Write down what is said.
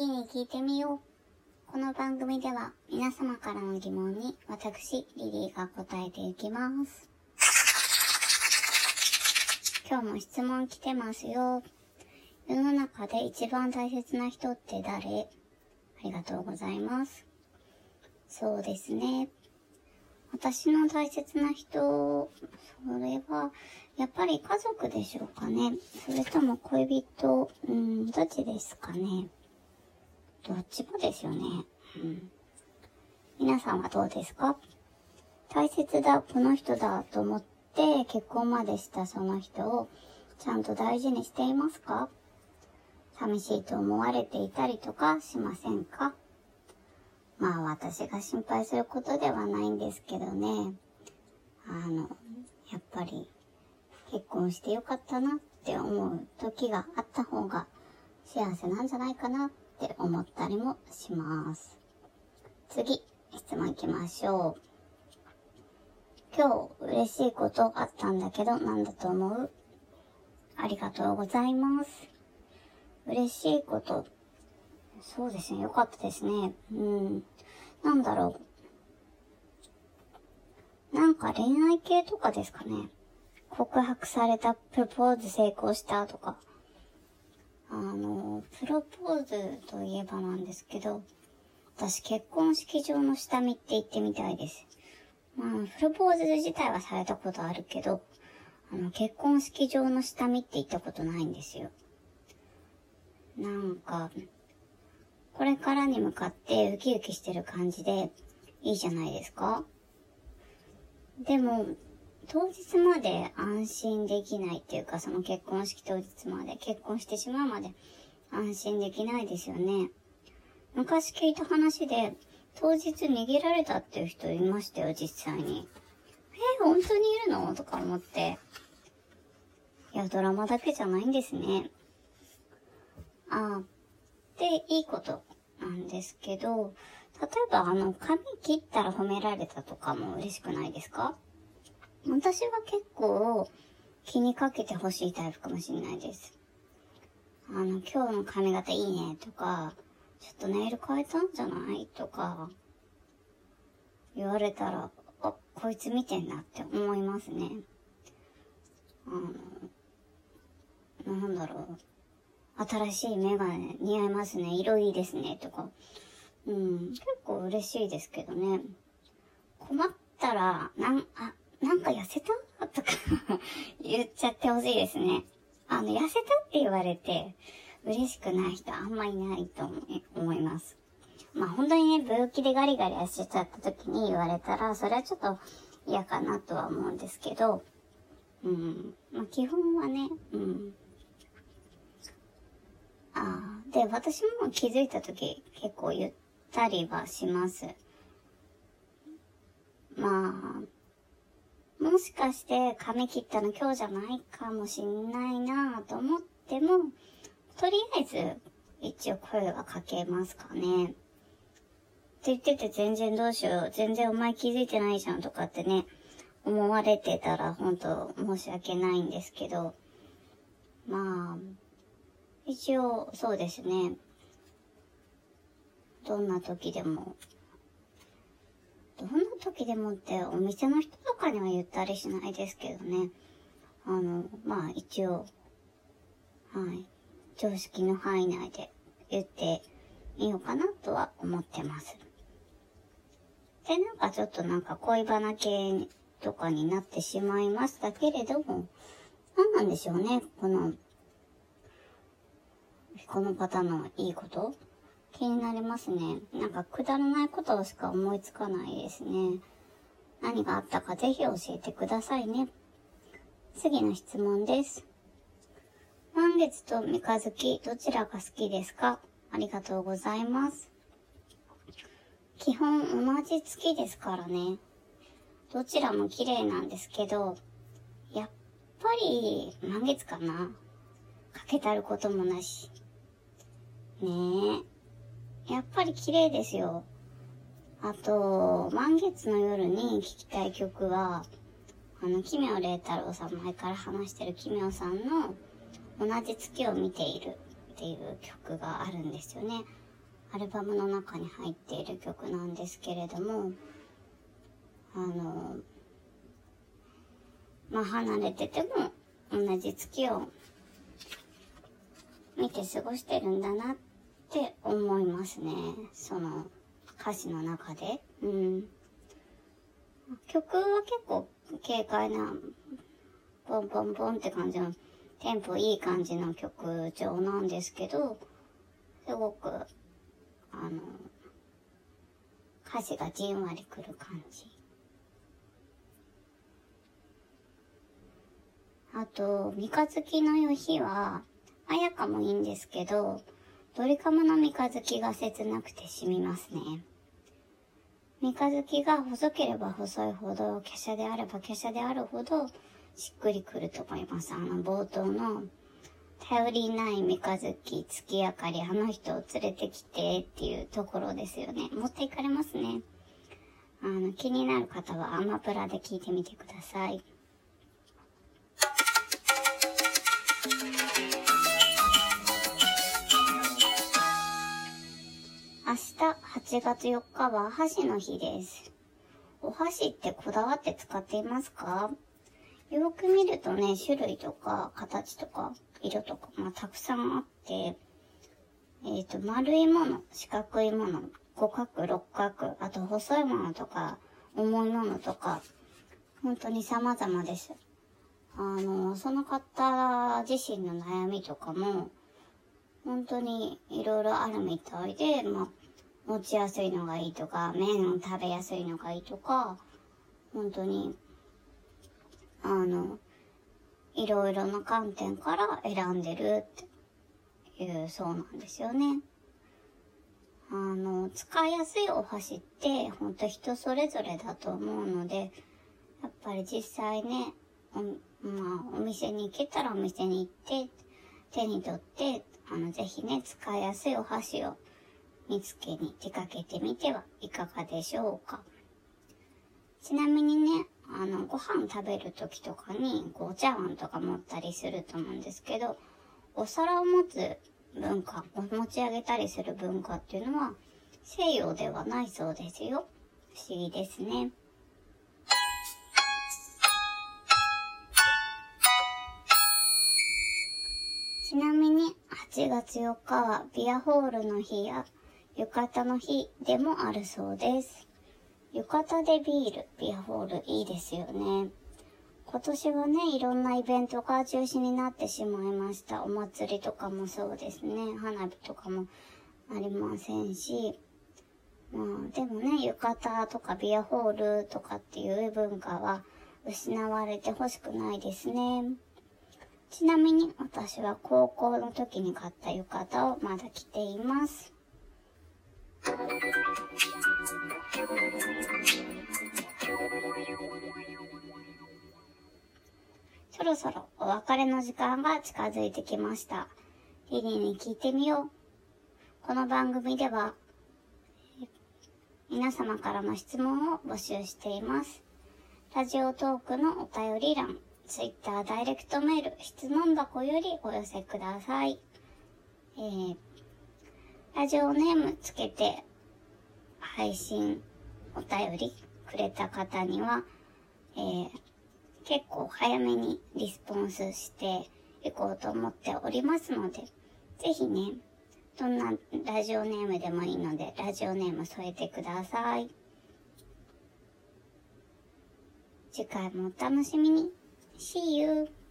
リーに聞いてみよう。この番組では皆様からの疑問に私、リリーが答えていきます。今日も質問来てますよ。世の中で一番大切な人って誰？ありがとうございます。そうですね。私の大切な人、それはやっぱり家族でしょうかね。それとも恋人、どっちですかね。どっちもですよね。皆さんはどうですか？大切だ、この人だと思って結婚までしたその人をちゃんと大事にしていますか？寂しいと思われていたりとかしませんか？まあ私が心配することではないんですけどね。やっぱり結婚してよかったなって思う時があった方が幸せなんじゃないかなって思ったりもします。次、質問行きましょう。今日嬉しいことあったんだけど何だと思う？ありがとうございます。嬉しいこと。そうですね、よかったですね。なんだろう。なんか恋愛系とかですかね。告白された、プロポーズ成功したとか。プロポーズといえばなんですけど、私結婚式場の下見って行ってみたいです。プロポーズ自体はされたことあるけど、結婚式場の下見って行ったことないんですよ。なんか、これからに向かってウキウキしてる感じでいいじゃないですか。でも、当日まで安心できないっていうか、その結婚式当日まで、結婚してしまうまで安心できないですよね。昔聞いた話で、当日逃げられたっていう人いましたよ、実際に。本当にいるの？とか思って。いや、ドラマだけじゃないんですね。で、いいことなんですけど、例えば髪切ったら褒められたとかも嬉しくないですか？私は結構気にかけてほしいタイプかもしれないです。今日の髪型いいねとか、ちょっとネイル変えたんじゃないとか、言われたら、こいつ見てんなって思いますね。なんだろう。新しいメガネ似合いますね。色いいですね。とか。結構嬉しいですけどね。困ったら、なんか痩せたとか言っちゃってほしいですね。痩せたって言われて嬉しくない人あんまいないと思います。本当にね、病気でガリガリ痩せちゃった時に言われたら、それはちょっと嫌かなとは思うんですけど、基本はね、で、私も気づいたとき結構言ったりはします。もしかして髪切ったの今日じゃないかもしんないなぁと思っても、とりあえず一応声はかけますかね。って言ってて全然どうしよう、全然お前気づいてないじゃんとかってね、思われてたら本当申し訳ないんですけど、一応そうですね。どんな時でもってお店の人とかには言ったりしないですけどね。一応、常識の範囲内で言ってみようかなとは思ってます。で、ちょっと恋バナ系とかになってしまいましたけれども、何なんでしょうね、この方のいいこと気になりますね。くだらないことしか思いつかないですね。何があったかぜひ教えてくださいね。次の質問です。満月と三日月どちらが好きですか？ありがとうございます。基本同じ月ですからね。どちらも綺麗なんですけど、やっぱり満月かな。かけたることもなし。やっぱり綺麗ですよ。あと、満月の夜に聴きたい曲は、奇妙麗太郎さん、前から話してる奇妙さんの同じ月を見ているっていう曲があるんですよね。 アルバムの中に入っている曲なんですけれども、離れてても同じ月を見て過ごしてるんだなって思いますね。その歌詞の中で。曲は結構軽快なポンポンポンって感じのテンポいい感じの曲調なんですけど、すごく歌詞がじんわりくる感じ。あと、三日月の夕日は、彩香もいいんですけど、ドリカムの三日月が切なくて染みますね。三日月が細ければ細いほど、華奢であれば華奢であるほど、しっくりくると思います。冒頭の、頼りない三日月、月明かり、あの人を連れてきてっていうところですよね。持っていかれますね。気になる方はアマプラで聞いてみてください。明日8月4日は箸の日です。お箸ってこだわって使っていますか？よく見るとね、種類とか形とか色とか、たくさんあって、丸いもの、四角いもの、五角、六角、あと細いものとか、重いものとか、本当に様々です。その方自身の悩みとかも、本当にいろいろあるみたいで、持ちやすいのがいいとか、麺を食べやすいのがいいとか、本当に、いろいろな観点から選んでるっていうそうなんですよね。使いやすいお箸って本当人それぞれだと思うので、やっぱり実際ね、お店に行けたらお店に行って手に取ってぜひね使いやすいお箸を見つけに出かけてみてはいかがでしょうか。ちなみにね、ご飯食べる時とかにお茶碗とか持ったりすると思うんですけど、お皿を持つ文化、持ち上げたりする文化っていうのは西洋ではないそうですよ。不思議ですね。ちなみに8月4日はビアホールの日や浴衣の日でもあるそうです。浴衣でビール、ビアホールいいですよね。今年はね、いろんなイベントが中止になってしまいました。お祭りとかもそうですね。花火とかもありませんし。でもね、浴衣とかビアホールとかっていう文化は失われてほしくないですね。ちなみに私は高校の時に買った浴衣をまだ着ています。そろそろお別れの時間が近づいてきました。リリーに聞いてみよう。この番組では皆様からの質問を募集しています。ラジオトークのお便り欄、Twitter ダイレクトメール、質問箱よりお寄せください。ラジオネームつけて配信お便りくれた方には、結構早めにリスポンスしていこうと思っておりますので、ぜひね、どんなラジオネームでもいいので、ラジオネーム添えてください。次回もお楽しみに。See you!